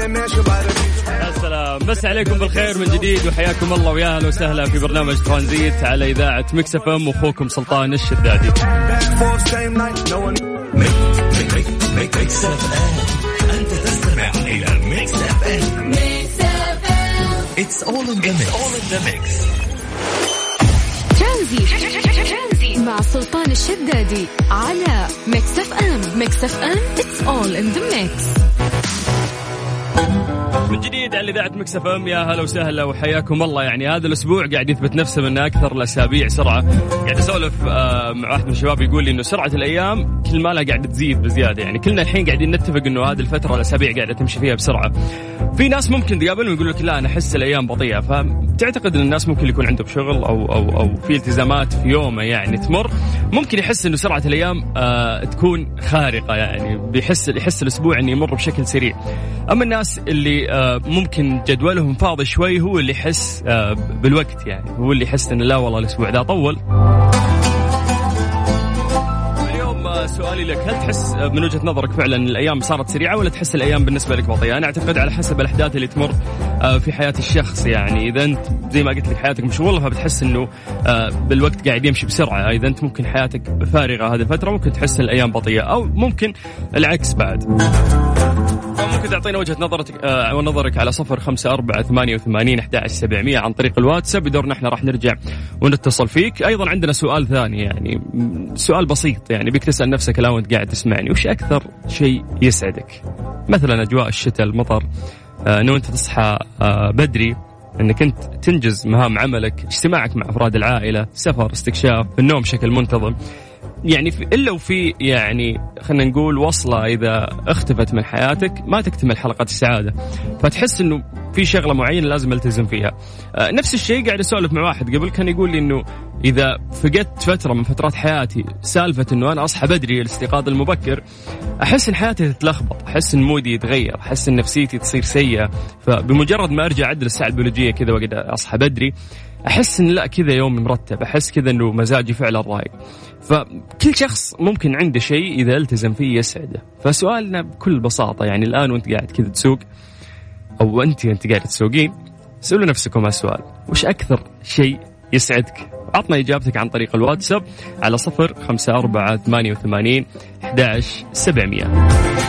السلام، بس عليكم بالخير من جديد وحياكم الله ويا اهلا وسهلا في برنامج ترانزيت على إذاعة ميكس اف ام، واخوكم سلطان الشدادي. أنت تستمع إلى ميكس اف ام. It's all in the mix. ترانزيت مع سلطان الشدادي على ميكس اف ام. ميكس اف ام It's all in the mix. من جديد على إذاعة ميكس اف ام، يا هلا وسهلا وحياكم الله. يعني هذا الأسبوع قاعد يثبت نفسه من أكثر الأسابيع سرعة. قاعد أسولف مع واحد من الشباب يقول لي إنه سرعة الأيام كل ما لا قاعد تزيد بزيادة. يعني كلنا الحين قاعدين نتفق إنه هذه الفترة الأسابيع قاعدة تمشي فيها بسرعة. في ناس ممكن تقابلهم يقول لك لا أنا أحس الأيام بطيئة. فتعتقد إن الناس ممكن يكون عندهم شغل أو في التزامات في يومه يعني تمر، ممكن يحس إنه سرعة الأيام تكون خارقة، يعني يحس الأسبوع إنه يمر بشكل سريع. أما الناس اللي ممكن جدولهم فاضي شوي هو اللي يحس بالوقت، يعني هو اللي يحس إن لا والله الأسبوع ده طول. اليوم سؤالي لك، هل تحس من وجهة نظرك فعلا الأيام صارت سريعة ولا تحس الأيام بالنسبة لك بطيئة؟ أنا أعتقد على حسب الأحداث اللي تمر في حياة الشخص. يعني إذا أنت زي ما قلت لك حياتك مشغولة فبتحس إنه بالوقت قاعد يمشي بسرعة. إذا أنت ممكن حياتك فارغة هذه الفترة ممكن تحس الأيام بطيئة، أو ممكن العكس بعد. ممكن تعطينا وجهة نظرك على 0548811700 عن طريق الواتساب. بدورنا احنا راح نرجع ونتصل فيك. أيضا عندنا سؤال ثاني، يعني سؤال بسيط، يعني بيك تسأل نفسك الآن وانت قاعد تسمعني، وش أكثر شيء يسعدك؟ مثلا أجواء الشتاء، المطر، أنه أنت تصحى بدري، أنك أنت تنجز مهام عملك، اجتماعك مع أفراد العائلة، سفر، استكشاف، النوم بشكل منتظم. يعني إلا وفي يعني خلنا نقول وصلة إذا اختفت من حياتك ما تكتمل حلقة السعادة، فتحس إنه في شغلة معينة لازم التزم فيها. نفس الشيء قاعد أسولف مع واحد قبل كان يقول لي إنه إذا فقدت فترة من فترات حياتي سالفة إنه أنا أصحى بدري الاستيقاظ المبكر، أحس إن حياتي تتلخبط، أحس إن مودي يتغير، أحس إن نفسيتي تصير سيئة. فبمجرد ما أرجع أعدل الساعة البيولوجية كذا وقد أصحى بدري أحس إن لا كذا يوم مرتب، أحس كذا إنه مزاجي فعلا رايق. فكل شخص ممكن عنده شيء إذا التزم فيه يسعده. فسؤالنا بكل بساطة، يعني الآن وأنت قاعد كذا تسوق أو أنت قاعد تسوقين، سألوا نفسكم هالسؤال، وش أكثر شيء يسعدك؟ عطنا إجابتك عن طريق الواتساب على 0548811700.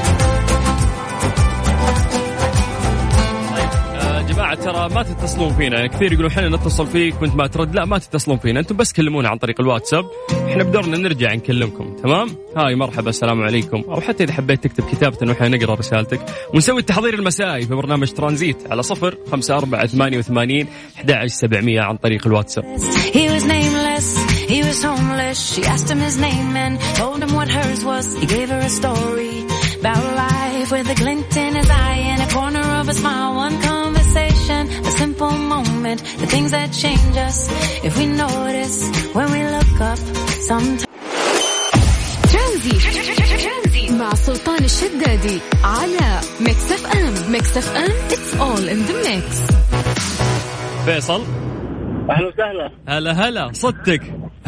ترى ما تتصلون فينا، كثير يقولون حنا نتصل فيك وانت ما ترد. لا، ما تتصلون فينا، انتم بس كلمونا عن طريق الواتساب، احنا بدورنا نرجع نكلمكم. تمام؟ هاي مرحبا السلام عليكم، او حتى اذا حبيت تكتب كتابة وحنا نقرا رسالتك ونسوي التحضير المسائي في برنامج ترانزيت على 0548811700 عن طريق الواتساب. A simple moment, the things that change us if we notice when we look up sometimes. ترانزيت مع سلطان الشدادي على ميكس اف ام. ميكس اف ام It's all in the mix. فيصل، أهلا وسهلا. هلا صدتك.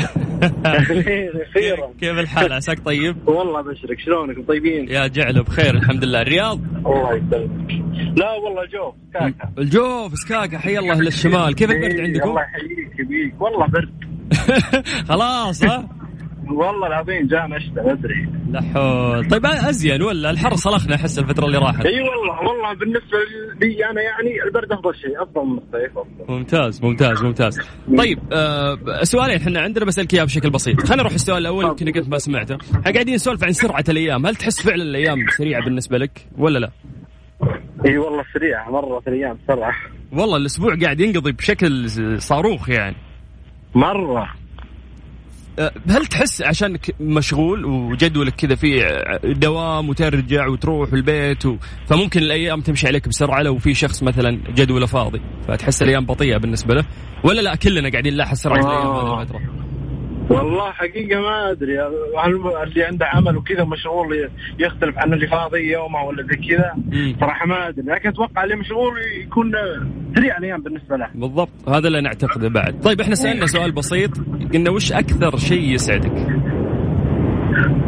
كيف الحال؟ عساك طيب؟ والله بشرك، شلونك؟ طيبين؟ يا جعل بخير الحمد لله. الرياض؟ الله يسلمك. لا والله الجوف سكاكا. الجوف سكاكا، حي الله للشمال. كيف البرد عندكم؟ الله يحييك يبيك، والله برد. خلاص ها؟ والله العظيم جاء مشتى أدري. لا حول. طيب أزين ولا الحر صلخنا أحس الفترة اللي راحت؟ أي والله بالنسبة لي أنا يعني البرد أفضل شيء، أفضل من الصيف. ممتاز. طيب سؤالين حنا عندنا بسألك إياه بشكل بسيط. خلينا نروح السؤال الأول يمكن كنت ما سمعته. قاعدين نسولف عن سرعة الأيام، هل تحس فعلا الأيام سريعة بالنسبة لك ولا لا؟ اي والله سريعة، مرت الأيام بسرعة. والله الأسبوع قاعد ينقضي بشكل صاروخ يعني مرة. هل تحس عشانك مشغول وجدولك كذا فيه دوام وترجع وتروح البيت فممكن الأيام تمشي عليك بسرعة لو في شخص مثلا جدوله فاضي فتحس الأيام بطيئة بالنسبة له، ولا لا كلنا قاعدين نلاحظ سرعة الأيام هذه الفترة؟ والله حقيقة ما أدري، اللي عنده عمل وكذا مشغول يختلف عن اللي فاضي يومه ولا زي كذا. صراحة ما أدري، لكن أتوقع اللي مشغول يكون سريع الأيام بالنسبة له. بالضبط، هذا اللي نعتقده بعد. طيب إحنا سألنا سؤال بسيط، قلنا وش أكثر شيء يسعدك؟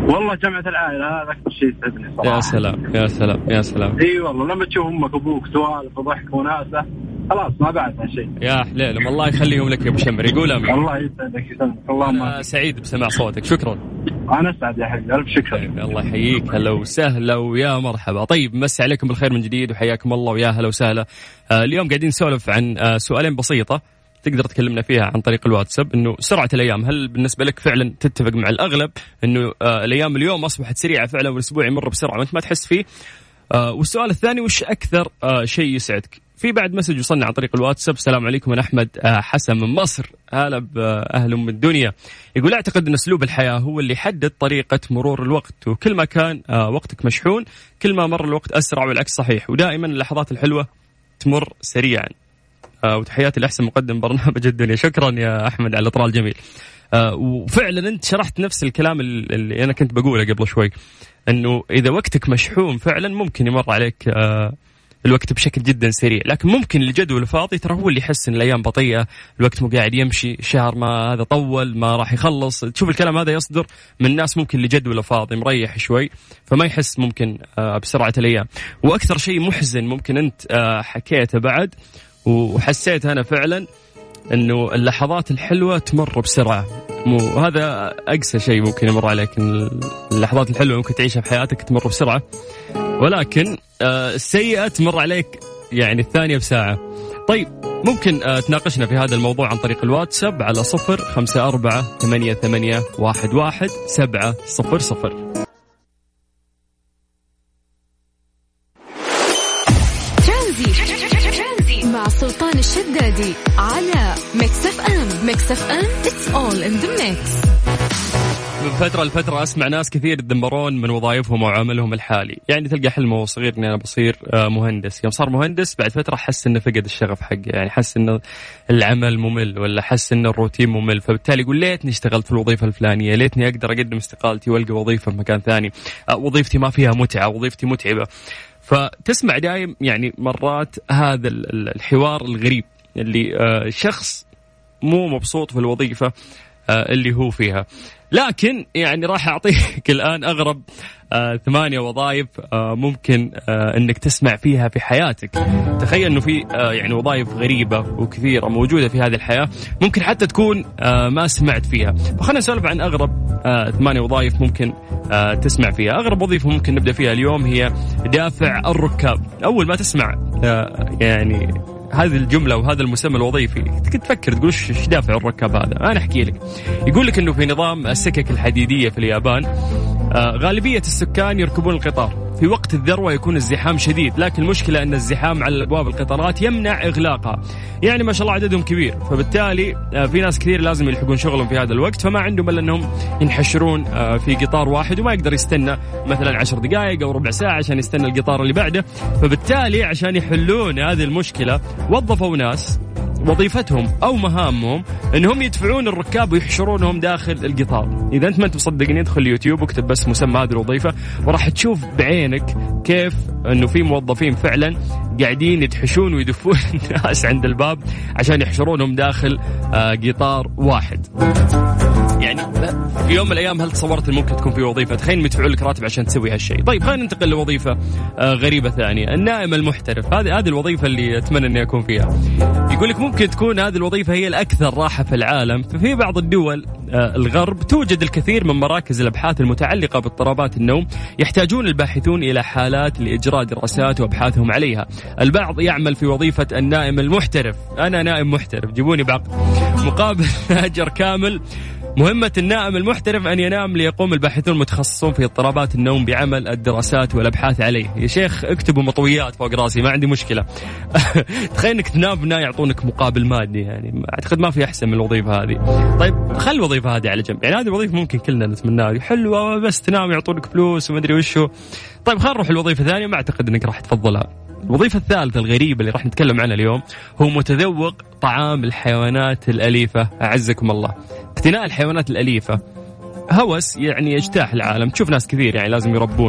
والله جمعة العائلة هذا أكثر شيء يسعدني صراحة. يا سلام يا سلام يا سلام. إي والله لما تشوف أمك وأبوك سوالف وضحك وناسة خلاص ما بعدها شيء. يا حليلهم الله يخليهم لك يا أبو شمر. يقول أمين. الله يسعدك يسلمك. أنا سعيد بسماع صوتك. شكرا. أنا أسعد يا حبيبي ألف شكر. الله يحييك. هلا وسهلا ويا مرحبا. طيب مسي عليكم بالخير من جديد وحياكم الله ويا هلا وسهلا. اليوم قاعدين نسولف عن سؤالين بسيطة تقدر تكلمنا فيها عن طريق الواتساب. إنه سرعة الأيام هل بالنسبة لك فعلا تتفق مع الأغلب إنه الأيام اليوم أصبحت سريعة فعلا والأسبوع يمر بسرعة وأنت ما تحس فيه؟ والسؤال الثاني وش أكثر شيء يسعدك؟ في بعد مسج وصلنا عن طريق الواتساب. السلام عليكم أنا أحمد حسن من مصر. هلا بأهل أم الدنيا. يقول أعتقد أن أسلوب الحياة هو اللي يحدد طريقة مرور الوقت وكل ما كان وقتك مشحون كل ما مر الوقت أسرع والعكس صحيح ودائما اللحظات الحلوة تمر سريعا. وتحياتي لأحسن مقدم برنامج الدنيا. شكرا يا أحمد على الإطراء الجميل. وفعلا أنت شرحت نفس الكلام اللي أنا كنت بقوله قبل شوي أنه إذا وقتك مشحون فعلا ممكن يمر عليك الوقت بشكل جدا سريع. لكن ممكن الجدول الفاضي ترى هو اللي يحس ان الايام بطيئه الوقت مو قاعد يمشي شهر ما هذا طول ما راح يخلص. تشوف الكلام هذا يصدر من ناس ممكن اللي جدوله فاضي مريح شوي فما يحس ممكن بسرعه الايام. واكثر شيء محزن ممكن انت حكيته بعد وحسيت انا فعلا انه اللحظات الحلوه تمر بسرعه. هذا اقسى شيء ممكن يمر عليك. اللحظات الحلوه ممكن تعيشها في حياتك تمر بسرعه ولكن السيئة تمر عليك يعني الثانية بساعة. طيب ممكن تناقشنا في هذا الموضوع عن طريق الواتساب على 0548811700. ترانزي مع سلطان الشدادي على ميكس اف ام. ميكس اف ام it's all in the mix. من فترة لفترة أسمع ناس كثير يتدمرون من وظائفهم وعملهم الحالي. يعني تلقى حلمه صغير إني أنا بصير مهندس. يوم صار مهندس بعد فترة حس إنه فقد الشغف حقه. يعني حس إنه العمل ممل ولا حس إنه الروتين ممل فبالتالي يقول ليتني اشتغلت في الوظيفة الفلانية ليتني أقدر أقدم استقالتي وألقى وظيفة في مكان ثاني. وظيفتي ما فيها متعة وظيفتي متعبة. فتسمع دايم يعني مرات هذا الحوار الغريب اللي شخص مو مبسوط في الوظيفة اللي هو فيها. لكن يعني راح أعطيك الآن أغرب 8 وظائف ممكن أنك تسمع فيها في حياتك. تخيل أنه في يعني وظائف غريبة وكثيرة موجودة في هذه الحياة ممكن حتى تكون ما سمعت فيها. فخلنا نسولف عن أغرب 8 وظائف ممكن تسمع فيها. أغرب وظيفة ممكن نبدأ فيها اليوم هي دافع الركاب. أول ما تسمع يعني هذه الجملة وهذا المسمى الوظيفي تفكر تقول ايش دافع الركاب هذا. أنا أحكي لك. يقول لك إنه في نظام السكك الحديدية في اليابان غالبية السكان يركبون القطار في وقت الذروة يكون الزحام شديد. لكن المشكلة أن الزحام على أبواب القطارات يمنع إغلاقها. يعني ما شاء الله عددهم كبير فبالتالي في ناس كثير لازم يلحقون شغلهم في هذا الوقت فما عندهم إلا أنهم ينحشرون في قطار واحد وما يقدر يستنى مثلا 10 دقائق أو ربع ساعة عشان يستنى القطار اللي بعده. فبالتالي عشان يحلون هذه المشكلة وظفوا ناس وظيفتهم أو مهامهم أنهم يدفعون الركاب ويحشرونهم داخل القطار. إذا أنت ما أنت مصدقني ادخل اليوتيوب واكتب بس مسمى هذه الوظيفة وراح تشوف بعينك كيف أنه في موظفين فعلا قاعدين يدحشون ويدفون الناس عند الباب عشان يحشرونهم داخل قطار واحد. يعني في يوم من الأيام هل تصورت ممكن تكون في وظيفة تخيل مدفعوا لك راتب عشان تسوي هالشيء؟ طيب خلينا ننتقل لوظيفة غريبة ثانية. النائم المحترف. هذه الوظيفة اللي أتمنى أني أكون فيها. يقول لك ممكن تكون هذه الوظيفة هي الأكثر راحة في العالم. ففي بعض الدول الغرب توجد الكثير من مراكز الأبحاث المتعلقة باضطرابات النوم يحتاجون الباحثون إلى حالات لإجراء دراسات وأبحاثهم عليها. البعض يعمل في وظيفة النائم المحترف. أنا نائم محترف جيبوني بعقد مقابل أجر كامل. مهمة النائم المحترف أن ينام ليقوم الباحثون المتخصصون في اضطرابات النوم بعمل الدراسات والأبحاث عليه. يا شيخ اكتبوا مطويات فوق راسي ما عندي مشكلة. تخيل انك تنام بنا يعطونك مقابل مادي. يعني اعتقد ما في احسن من الوظيفة هذه. طيب خل الوظيفة هذه على جنب. يعني هذه الوظيفة ممكن كلنا نتمناها حلوة بس تنام يعطونك فلوس وما ادري وشو. طيب خل نروح الوظيفة الثانية ما اعتقد انك راح تفضلها. الوظيفة الثالثة الغريبة اللي راح نتكلم عنها اليوم هو متذوق طعام الحيوانات الأليفة. أعزكم الله. اقتناء الحيوانات الأليفة هوس يعني يجتاح العالم. تشوف ناس كثير يعني لازم يربون.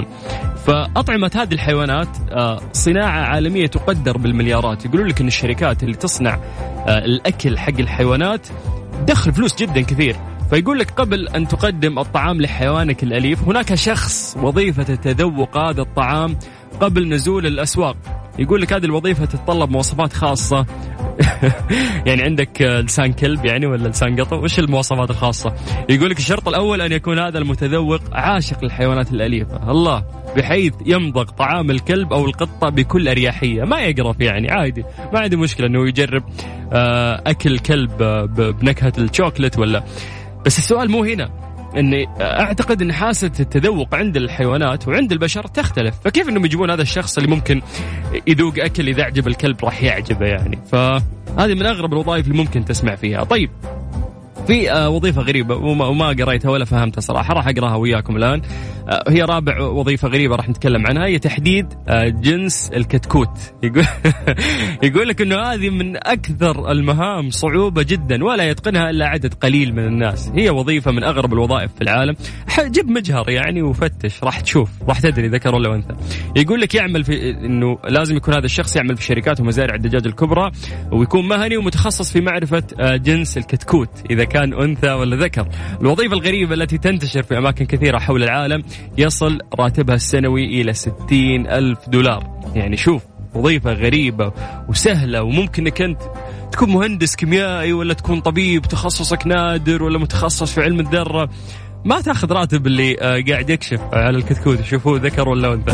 فأطعمة هذه الحيوانات صناعة عالمية تقدر بالمليارات. يقولون لك إن الشركات اللي تصنع الأكل حق الحيوانات دخل فلوس جدا كثير. فيقول لك قبل أن تقدم الطعام لحيوانك الأليف هناك شخص وظيفة تذوق هذا الطعام قبل نزول الأسواق. يقول لك هذه الوظيفة تتطلب مواصفات خاصة. يعني عندك لسان كلب يعني ولا لسان قطة؟ وش المواصفات الخاصة؟ يقول لك الشرط الأول أن يكون هذا المتذوق عاشق للحيوانات الأليفة، الله، بحيث يمضغ طعام الكلب أو القطة بكل أريحية، ما يقرف يعني عادي، ما عنده مشكلة أنه يجرب أكل كلب بنكهة الشوكولات ولا. بس السؤال مو هنا، أني أعتقد أن حاسة التذوق عند الحيوانات وعند البشر تختلف، فكيف أنهم يجيبون هذا الشخص اللي ممكن يذوق أكل إذا أعجب الكلب راح يعجبه يعني؟ فهذه من أغرب الوظائف اللي ممكن تسمع فيها. طيب في وظيفة غريبة وما قريتها ولا فهمتها صراحة، راح أقراها وياكم الآن. هي رابع وظيفة غريبة راح نتكلم عنها، هي تحديد جنس الكتكوت. يقول لك إنه هذه من أكثر المهام صعوبة جدا ولا يتقنها إلا عدد قليل من الناس. هي وظيفة من أغرب الوظائف في العالم. جيب مجهر يعني وفتش راح تشوف، راح تدري ذكر ولا أنثى. يقول لك يعمل في إنه لازم يكون هذا الشخص يعمل في شركات ومزارع الدجاج الكبرى، ويكون مهني ومتخصص في معرفة جنس الكتكوت إذا كان أنثى ولا ذكر. الوظيفة الغريبة التي تنتشر في أماكن كثيرة حول العالم يصل راتبها السنوي إلى $60,000. يعني شوف، وظيفة غريبة وسهلة، وممكن أنك أنت تكون مهندس كيميائي ولا تكون طبيب تخصصك نادر ولا متخصص في علم الذرة، ما تأخذ راتب اللي قاعد يكشف على الكتكوت يشوفوه ذكر ولا أنثى.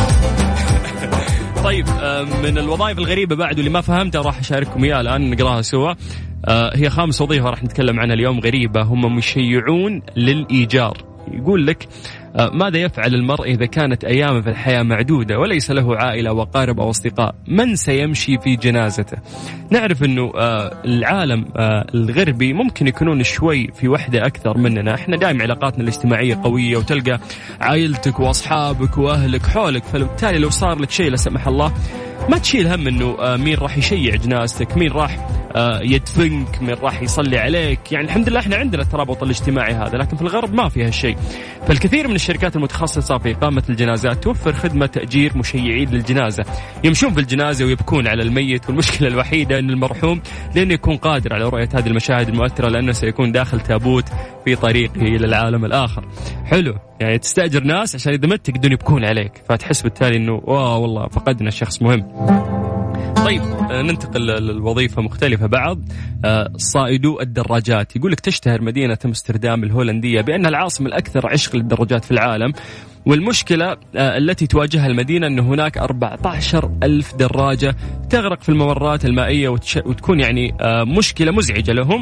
طيب من الوظائف الغريبة بعد اللي ما فهمتها راح أشارككم إياها الآن نقراها سوا. هي 5 وظيفة راح نتكلم عنها اليوم غريبة، هم مشيعون للإيجار. يقول لك ماذا يفعل المرء إذا كانت أيامه في الحياة معدودة وليس له عائلة وقارب أو أصدقاء؟ من سيمشي في جنازته؟ نعرف أنه العالم الغربي ممكن يكونون شوي في وحدة أكثر مننا. إحنا دائما علاقاتنا الاجتماعية قوية، وتلقى عائلتك وأصحابك وأهلك حولك، فبالتالي لو صار لك شيء لا سمح الله ما تشيل هم أنه مين راح يشيع جنازتك، مين راح يدفنك، مين راح يصلي عليك. يعني الحمد لله احنا عندنا الترابط الاجتماعي هذا، لكن في الغرب ما فيها الشيء. فالكثير من الشركات المتخصصة في إقامة الجنازات توفر خدمة تأجير مشيعين للجنازة، يمشون في الجنازة ويبكون على الميت. والمشكلة الوحيدة أن المرحوم لن يكون قادر على رؤية هذه المشاهد المؤثرة، لأنه سيكون داخل تابوت في طريقه إلى العالم الآخر. حلو، يعني تستأجر ناس عشان إذا مت يقدرون يبكون عليك، فتحس بالتالي أنه والله فقدنا شخص مهم. طيب ننتقل للوظيفة مختلفة بعض. صائدو الدراجات. يقول لك تشتهر مدينة أمستردام الهولندية بأنها العاصمة الأكثر عشق للدراجات في العالم، والمشكلة التي تواجهها المدينة أن هناك 14,000 دراجة تغرق في الممرات المائية وتكون يعني مشكلة مزعجة لهم.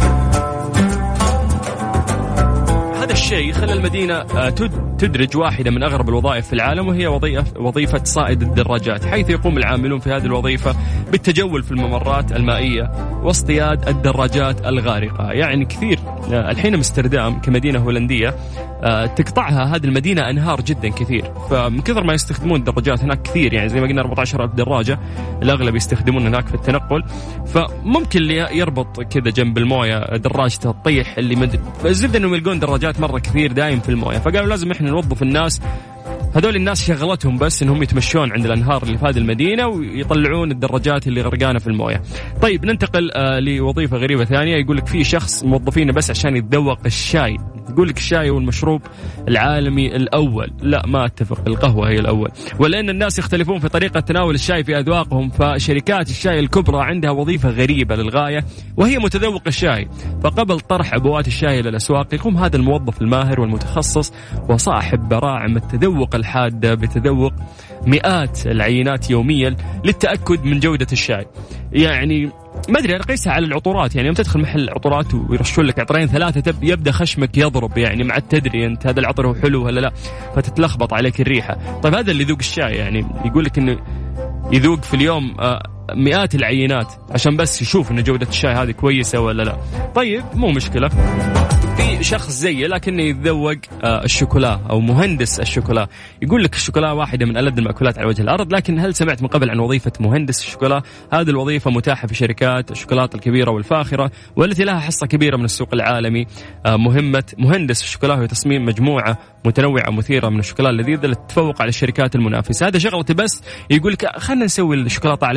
هذا الشيء خلى المدينة تدرج واحدة من أغرب الوظائف في العالم، وهي وظيفة صائد الدراجات، حيث يقوم العاملون في هذه الوظيفة بالتجول في الممرات المائية واصطياد الدراجات الغارقة. يعني كثير الحين أمستردام كمدينة هولندية تقطعها هذه المدينة أنهار جدا كثير، فمن كثر ما يستخدمون الدراجات هناك كثير، يعني زي ما قلنا 14,000 دراجة الأغلب يستخدمون هناك في التنقل. فممكن اللي يربط كذا جنب الموية دراجته تطيح، اللي مدري الزبدة أنهم يلقون دراجات مرة كثير دايم في الموية، فقالوا لازم إحنا نوظف الناس. هذول الناس شغلتهم بس إنهم يتمشون عند الأنهار اللي في هذه المدينة ويطلعون الدراجات اللي غرقانة في الموية. طيب ننتقل لوظيفة غريبة ثانية. يقول لك في شخص موظفينه بس عشان يتذوق الشاي. يقول لك الشاي هو المشروب العالمي الأول. لا ما أتفق، القهوة هي الأول، ولأن الناس يختلفون في طريقة تناول الشاي في أذواقهم، فشركات الشاي الكبرى عندها وظيفة غريبة للغاية وهي متذوق الشاي. فقبل طرح عبوات الشاي إلى الأسواق يقوم هذا الموظف الماهر والمتخصص وصاحب براعم التذوق الحادة بتذوق مئات العينات يوميا للتأكد من جودة الشاي. يعني ما أدري، أنا قيسها على العطورات. يعني يوم تدخل محل عطورات ويرشون لك عطرين 3 يبدأ خشمك يضرب، يعني مع التدري أنت هذا العطر هو حلو ولا لا، فتتلخبط عليك الريحة. طيب هذا اللي يذوق الشاي يعني يقول لك إنه يذوق في اليوم مئات العينات عشان بس يشوف إن جودة الشاي هذه كويسة ولا لا. طيب مو مشكلة، في شخص زيه لكنه يتذوق الشوكولا أو مهندس الشوكولا. يقول لك الشوكولا واحدة من ألذ المأكولات على وجه الأرض، لكن هل سمعت من قبل عن وظيفة مهندس الشوكولا؟ هذه الوظيفة متاحة في شركات الشوكولاتة الكبيرة والفاخرة والتي لها حصة كبيرة من السوق العالمي. مهمة مهندس الشوكولا هو تصميم مجموعة متنوعة مثيرة من الشوكولا اللذيذة للتفوق على الشركات المنافسة. هذا شغلته بس يقول لك خلنا نسوي الشوكولاتة على شكل بيض،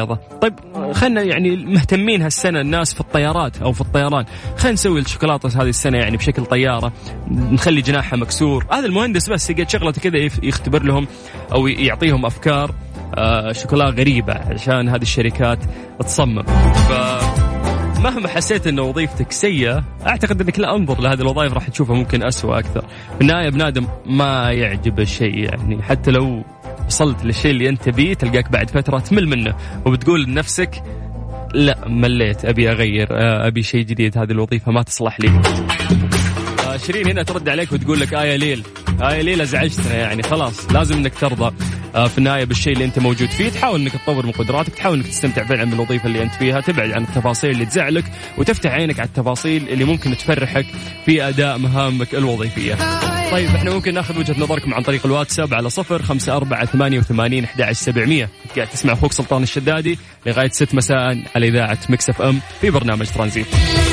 البيضة. طيب خلنا يعني مهتمين هالسنة الناس في الطيارات أو في الطيران، خلنا نسوي الشوكولاتة هذه السنة يعني بشكل طيارة، نخلي جناحها مكسور. هذا المهندس بس يقعد شغلته كذا يختبر لهم أو يعطيهم أفكار شوكولا غريبة عشان هذه الشركات تصمم. مهما حسيت أن وظيفتك سيئة أعتقد أنك لا أنظر لهذه الوظائف راح تشوفها ممكن أسوأ أكثر. في النهاية بنادم ما يعجب الشيء، يعني حتى لو وصلت للشيء اللي أنت بيه تلقاك بعد فترة تمل منه وبتقول لنفسك لا مليت أبي أغير، أبي شيء جديد، هذه الوظيفة ما تصلح لي. شيرين هنا ترد عليك وتقول لك يا ليل يا ليل أزعجتنا، يعني خلاص لازم أنك ترضى في النهاية بالشيء اللي أنت موجود فيه، تحاول أنك تطور من قدراتك، تحاول أنك تستمتع فعلا بالوظيفة اللي أنت فيها، تبعد عن التفاصيل اللي تزعلك وتفتح عينك على التفاصيل اللي ممكن تفرحك في أداء مهامك الوظيفية. طيب احنا ممكن ناخذ وجهة نظركم عن طريق الواتساب على 0548811700. قاعد تسمع أخوك سلطان الشدادي لغاية 6 مساء على إذاعة ميكس اف ام في برنامج ترانزيت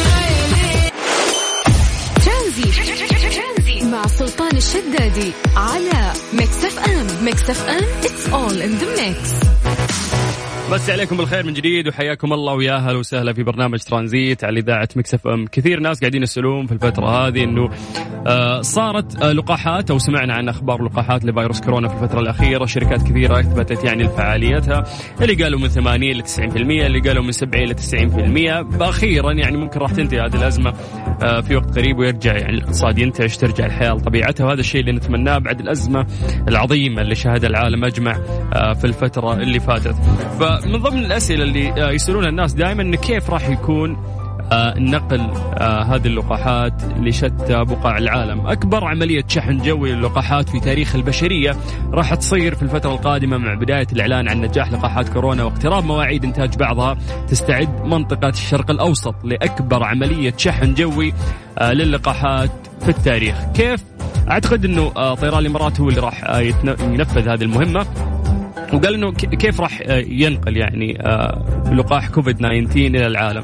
مع سلطان الشدادي على ميكس اف ام. ميكس اف ام it's all in the mix. بس عليكم بالخير من جديد وحياكم الله ويا اهلا وسهلا في برنامج ترانزيت على إذاعة ميكس اف ام. كثير ناس قاعدين يسألون في الفترة هذه انه صارت لقاحات او سمعنا عن اخبار لقاحات لفيروس كورونا في الفترة الأخيرة. شركات كثيرة اثبتت يعني فعاليتها، اللي قالوا من 80 ل 90%، اللي قالوا من 70 ل 90%. أخيرا يعني ممكن راح تنتهي هذه الأزمة في وقت قريب ويرجع يعني الاقتصاد ينتعش، ترجع الحياة لطبيعتها، وهذا الشيء اللي نتمناه بعد الأزمة العظيمة اللي شهدها العالم أجمع في الفترة اللي فاتت. فمن ضمن الأسئلة اللي يسألونها الناس دائما إن كيف راح يكون نقل هذه اللقاحات لشتى بقاع العالم. أكبر عملية شحن جوي للقاحات في تاريخ البشرية راح تصير في الفترة القادمة مع بداية الإعلان عن نجاح لقاحات كورونا واقتراب مواعيد إنتاج بعضها. تستعد منطقة الشرق الأوسط لأكبر عملية شحن جوي للقاحات في التاريخ. كيف؟ أعتقد أنه طيران الإمارات هو اللي راح ينفذ هذه المهمة، وقال إنه كيف راح ينقل يعني لقاح كوفيد-19 إلى العالم.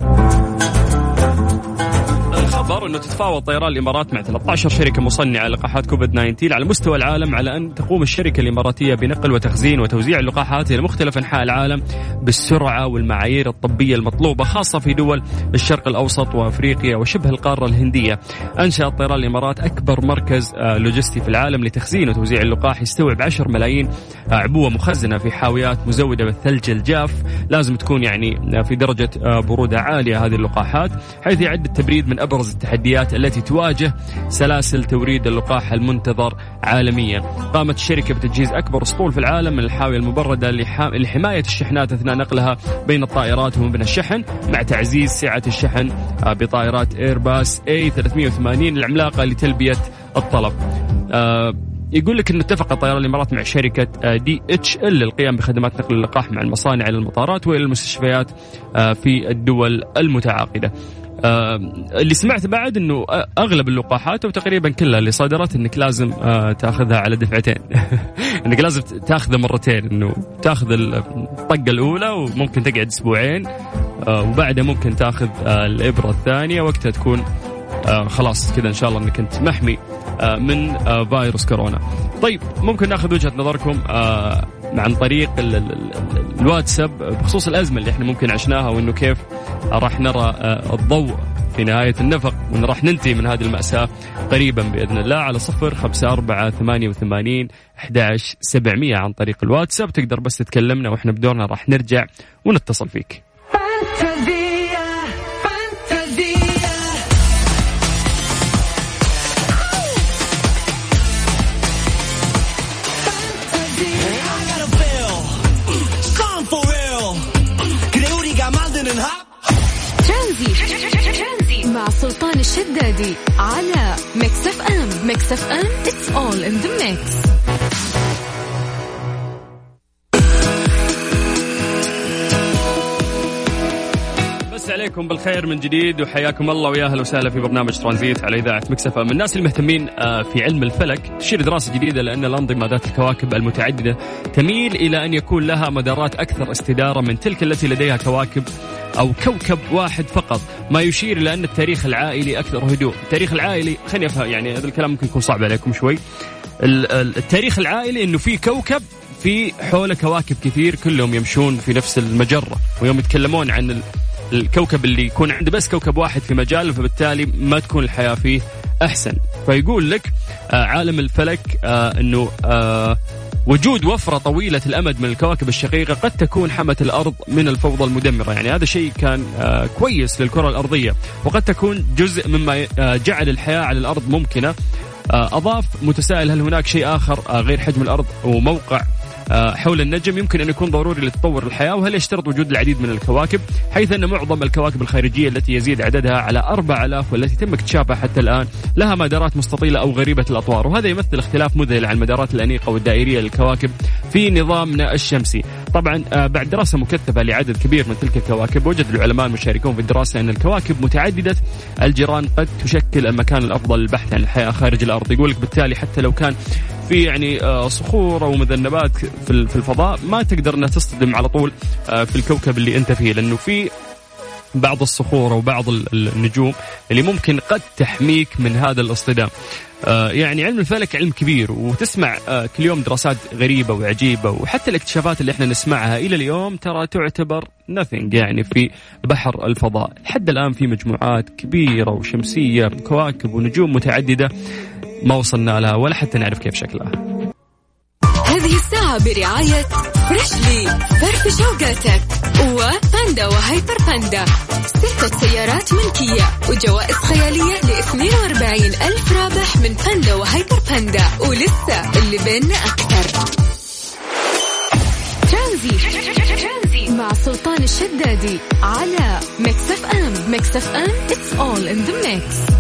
الخبر أنه تتفاوض طيران الإمارات مع 13 شركة مصنعة لقاحات كوفيد-19 على مستوى العالم على أن تقوم الشركة الإماراتية بنقل وتخزين وتوزيع اللقاحات إلى مختلف أنحاء العالم بالسرعة والمعايير الطبية المطلوبة، خاصة في دول الشرق الأوسط وأفريقيا وشبه القارة الهندية. أنشأت طيران الإمارات أكبر مركز لوجستي في العالم لتخزين وتوزيع اللقاح، يستوعب 10 ملايين عبوة مخزنة في حاويات مزودة بالثلج الجاف. لازم تكون يعني في درجة برودة عالية هذه اللقاحات، حيث يعد التبريد من أبرز التحديات التي تواجه سلاسل توريد اللقاح المنتظر عالميا. قامت الشركة بتجهيز أكبر أسطول في العالم من الحاوية المبردة لحماية الشحنات أثناء نقلها بين الطائرات ومن الشحن، مع تعزيز سعة الشحن بطائرات إيرباص A380 العملاقة لتلبية الطلب. يقول لك أن اتفق طيران الإمارات مع شركة DHL للقيام بخدمات نقل اللقاح مع المصانع إلى المطارات وإلى المستشفيات في الدول المتعاقدة. اللي سمعت بعد أنه أغلب اللقاحات وتقريبا كلها اللي صدرت أنك لازم تأخذها على دفعتين أنك لازم تأخذها مرتين، أنه تأخذ الطقة الأولى وممكن تقعد أسبوعين وبعدها ممكن تأخذ الإبرة الثانية، وقتها تكون خلاص كذا إن شاء الله أنك أنت محمي من فيروس كورونا. طيب ممكن ناخذ وجهة نظركم عن طريق الواتساب بخصوص الأزمة اللي احنا ممكن عشناها، وإنه كيف راح نرى الضوء في نهاية النفق، وإن راح ننتهي من هذه المأساة قريبا بإذن الله. على 0548811700 عن طريق الواتساب تقدر بس تتكلمنا، وإحنا بدورنا راح نرجع ونتصل فيك. ترانزيت مع سلطان الشدادي على ميكس اف ام. ميكس اف ام it's all in the mix. بس عليكم بالخير من جديد وحياكم الله ويا اهلا وسهلا في برنامج ترانزيت على إذاعة ميكس اف ام. الناس المهتمين في علم الفلك تشير دراسة جديدة لأن الأنظمة ذات الكواكب المتعددة تميل إلى أن يكون لها مدارات أكثر استدارة من تلك التي لديها كواكب أو كوكب واحد فقط، ما يشير إلى أن التاريخ العائلي أكثر هدوء. التاريخ العائلي خليني أفهم، يعني هذا الكلام ممكن يكون صعب عليكم شوي. التاريخ العائلي إنه في كوكب في حول كواكب كثير كلهم يمشون في نفس المجرة، ويوم يتكلمون عن الكوكب اللي يكون عنده بس كوكب واحد في مجاله فبالتالي ما تكون الحياة فيه أحسن. فيقول لك عالم الفلك أنه وجود وفرة طويلة الأمد من الكواكب الشقيقة قد تكون حمت الأرض من الفوضى المدمرة. يعني هذا شيء كان كويس للكرة الأرضية، وقد تكون جزء مما جعل الحياة على الأرض ممكنة. أضاف متسائل هل هناك شيء آخر غير حجم الأرض وموقع حول النجم يمكن أن يكون ضروري لتطور الحياة، وهل يشترط وجود العديد من الكواكب، حيث أن معظم الكواكب الخارجية التي يزيد عددها على 4000 والتي تم اكتشافها حتى الآن لها مدارات مستطيلة أو غريبة الأطوار، وهذا يمثل اختلاف مذهل عن المدارات الأنيقة والدائرية للكواكب في نظامنا الشمسي. طبعا بعد دراسة مكثفة لعدد كبير من تلك الكواكب وجد العلماء المشاركون في الدراسة أن الكواكب متعددة الجيران قد تشكل المكان الأفضل للبحث عن الحياة خارج الأرض. يقولك بالتالي حتى لو كان في يعني صخور أو مذنبات في الفضاء ما تقدر أنها تصطدم على طول في الكوكب اللي أنت فيه، لأنه في بعض الصخور أو بعض النجوم اللي ممكن قد تحميك من هذا الاصطدام. يعني علم الفلك علم كبير، وتسمع كل يوم دراسات غريبة وعجيبة، وحتى الاكتشافات اللي احنا نسمعها إلى اليوم ترى تعتبر nothing يعني في بحر الفضاء. لحد الآن في مجموعات كبيرة وشمسية كواكب ونجوم متعددة ما وصلنا لها ولا حتى نعرف كيف شكلها. هذه الساعة برعاية فريشلي فرف شوقاتك وباندا وهايبر باندا، 6 سيارات ملكية وجوائز خيالية ل42,000 رابح من باندا وهايبر باندا، ولسه اللي بيننا أكثر. ترانزي مع سلطان الشدادي على ميكس اف ام. ميكس اف ام it's all in the mix.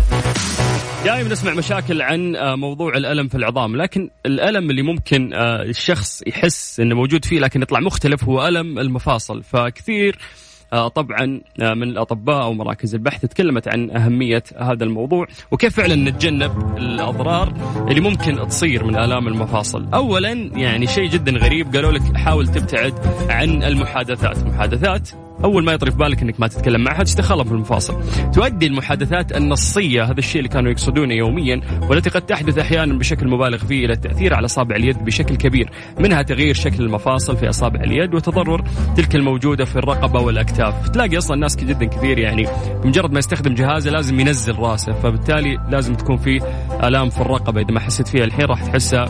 دائما نسمع مشاكل عن موضوع الألم في العظام، لكن الألم اللي ممكن الشخص يحس إنه موجود فيه لكن يطلع مختلف هو ألم المفاصل. فكثير طبعا من الأطباء أو مراكز البحث تكلمت عن أهمية هذا الموضوع وكيف فعلا نتجنب الأضرار اللي ممكن تصير من آلام المفاصل. أولا يعني شيء جدا غريب، قالوا لك حاول تبتعد عن المحادثات أول ما يطري في بالك أنك ما تتكلم مع حد تتخلف المفاصل. تؤدي المحادثات النصية، هذا الشيء اللي كانوا يقصدونه يوميا والتي قد تحدث أحيانا بشكل مبالغ فيه، إلى التأثير على أصابع اليد بشكل كبير، منها تغيير شكل المفاصل في أصابع اليد وتضرر تلك الموجودة في الرقبة والأكتاف. تلاقي أصلا ناس جدا كثير يعني مجرد ما يستخدم جهازه لازم ينزل راسه، فبالتالي لازم تكون في آلام في الرقبة. إذا ما حسيت فيها الحين راح تحسها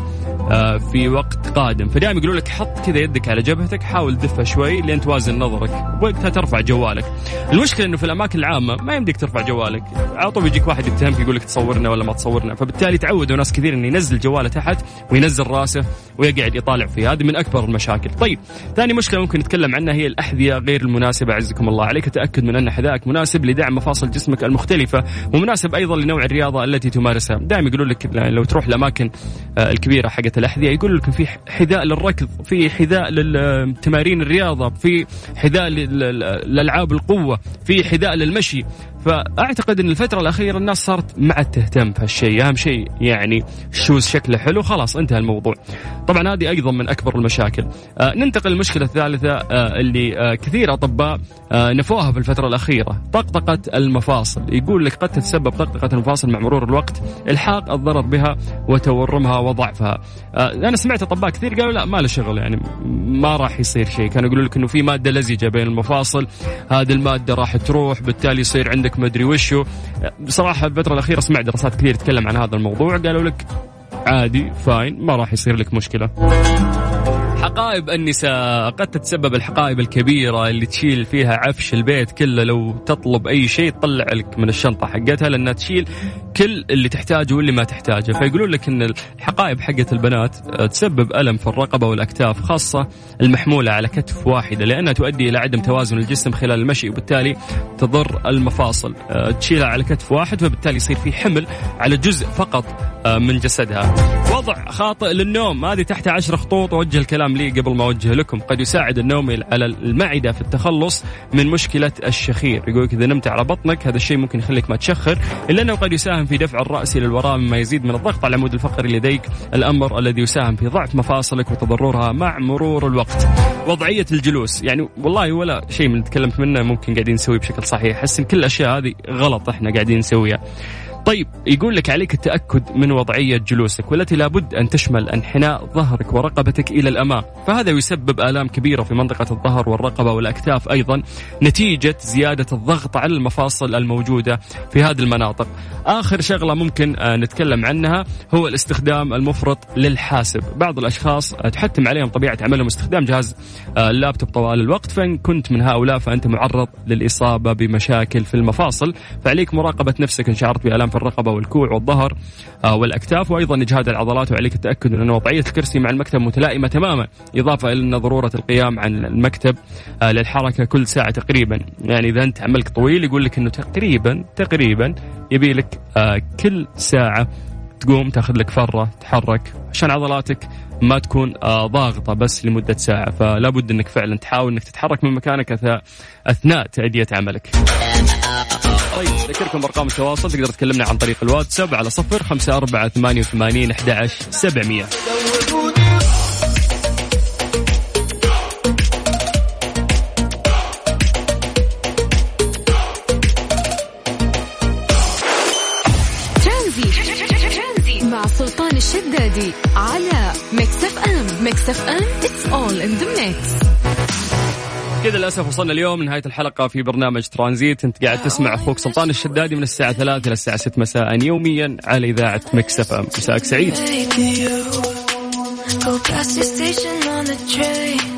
في وقت قادم. فدائما يقولوا لك حط كذا يدك على جبهتك، حاول تدفها شوي لين توازن نظرك، وقتها ترفع جوالك. المشكلة انه في الاماكن العامة ما يمديك ترفع جوالك، على طول يجيك واحد يتهمك يقول لك تصورنا ولا ما تصورنا، فبالتالي تعودوا ناس كثير انه ينزل جواله تحت وينزل راسه ويقعد يطالع فيه. هذه من اكبر المشاكل. طيب ثاني مشكلة ممكن نتكلم عنها هي الأحذية غير المناسبة. عزكم الله عليك تأكد من ان حذائك مناسب لدعم مفاصل جسمك المختلفة، ومناسب ايضا لنوع الرياضة التي تمارسها. دائما يقولوا لك لو تروح الاماكن الكبيرة حقت الأحذية يقولوا لك في حذاء للركض، في حذاء للتمارين الرياضة، في حذاء للألعاب القوة، في حذاء للمشي. فأعتقد أن الفترة الأخيرة الناس صارت ما عاد تهتم في هالشيء، أهم شيء يعني الشوز شكله حلو خلاص انتهى الموضوع. طبعا هذه أيضا من أكبر المشاكل. ننتقل للمشكلة الثالثة اللي كثير أطباء نفوها في الفترة الأخيرة، طقطقة المفاصل. يقول لك قد تتسبب طقطقة المفاصل مع مرور الوقت إلحاق الضرر بها وتورمها وضعفها. أنا سمعت أطباء كثير قالوا لا ما له شغل، يعني ما راح يصير شيء. كانوا يقولوا لك إنه في مادة لزجة بين المفاصل، هذه المادة راح تروح بالتالي يصير عندك ما أدري وشو. بصراحة الفترة الأخيرة سمعت دراسات كثير تتكلم عن هذا الموضوع، قالوا لك عادي فاين ما راح يصير لك مشكلة. حقائب النساء، قد تتسبب الحقائب الكبيرة اللي تشيل فيها عفش البيت كله، لو تطلب أي شيء تطلع لك من الشنطة حقتها لأنها تشيل كل اللي تحتاجه واللي ما تحتاجه. فيقولون لك أن الحقائب حقت البنات تسبب ألم في الرقبة والأكتاف، خاصة المحمولة على كتف واحدة، لأنها تؤدي إلى عدم توازن الجسم خلال المشي وبالتالي تضر المفاصل. تشيلها على كتف واحد فبالتالي يصير في حمل على جزء فقط من جسدها. وضع خاطئ للنوم، هذه تحت 10 خطوط ووجه الكلام لي قبل ما أوجه لكم. قد يساعد النوم على المعدة في التخلص من مشكلة الشخير. يقولك إذا نمت على بطنك هذا الشيء ممكن يخليك ما تشخر، إلا أنه قد يساهم في دفع الرأس إلى الوراء مما يزيد من الضغط على العمود الفقري لديك، الأمر الذي يساهم في ضعف مفاصلك وتضررها مع مرور الوقت. وضعية الجلوس، يعني والله ولا شيء من اللي تكلمت منه ممكن قاعدين نسويه بشكل صحيح. أحس إن كل الأشياء هذه غلط إحنا قاعدين نسويها. طيب يقول لك عليك التأكد من وضعية جلوسك والتي لابد أن تشمل انحناء ظهرك ورقبتك إلى الأمام، فهذا يسبب آلام كبيرة في منطقة الظهر والرقبة والأكتاف أيضا نتيجة زيادة الضغط على المفاصل الموجودة في هذه المناطق. آخر شغلة ممكن نتكلم عنها هو الاستخدام المفرط للحاسب. بعض الأشخاص تحتم عليهم طبيعة عملهم استخدام جهاز اللابتوب طوال الوقت، فإن كنت من هؤلاء فأنت معرض للإصابة بمشاكل في المفاصل، فعليك مراقبة نفسك إن شعرت بآلام في الرقبة والكوع والظهر والأكتاف، وأيضا إجهاد العضلات، وعليك التأكد من أن وضعية الكرسي مع المكتب متلائمة تماما، إضافة إلى أن ضرورة القيام عن المكتب للحركة كل ساعة تقريبا. يعني إذا أنت عملك طويل يقول لك أنه تقريبا يبي لك كل ساعة تقوم تاخذ لك فرة تحرك عشان عضلاتك ما تكون ضاغطة بس لمدة ساعة. فلا بد أنك فعلا تحاول أنك تتحرك من مكانك أثناء تأدية عملك. طيب ذكركم أرقام التواصل، تقدر تكلمنا عن طريق الواتساب على 0548811700. مع سلطان الشدادي على ميكس اف ام. ميكس اف ام it's all in the mix. كذا للأسف وصلنا اليوم لنهاية الحلقة في برنامج ترانزيت. أنت قاعد تسمع أخوك سلطان الشدادي من الساعة 3 إلى الساعة 6 مساء يوميا على إذاعة ميكس اف ام. مساءك سعيد.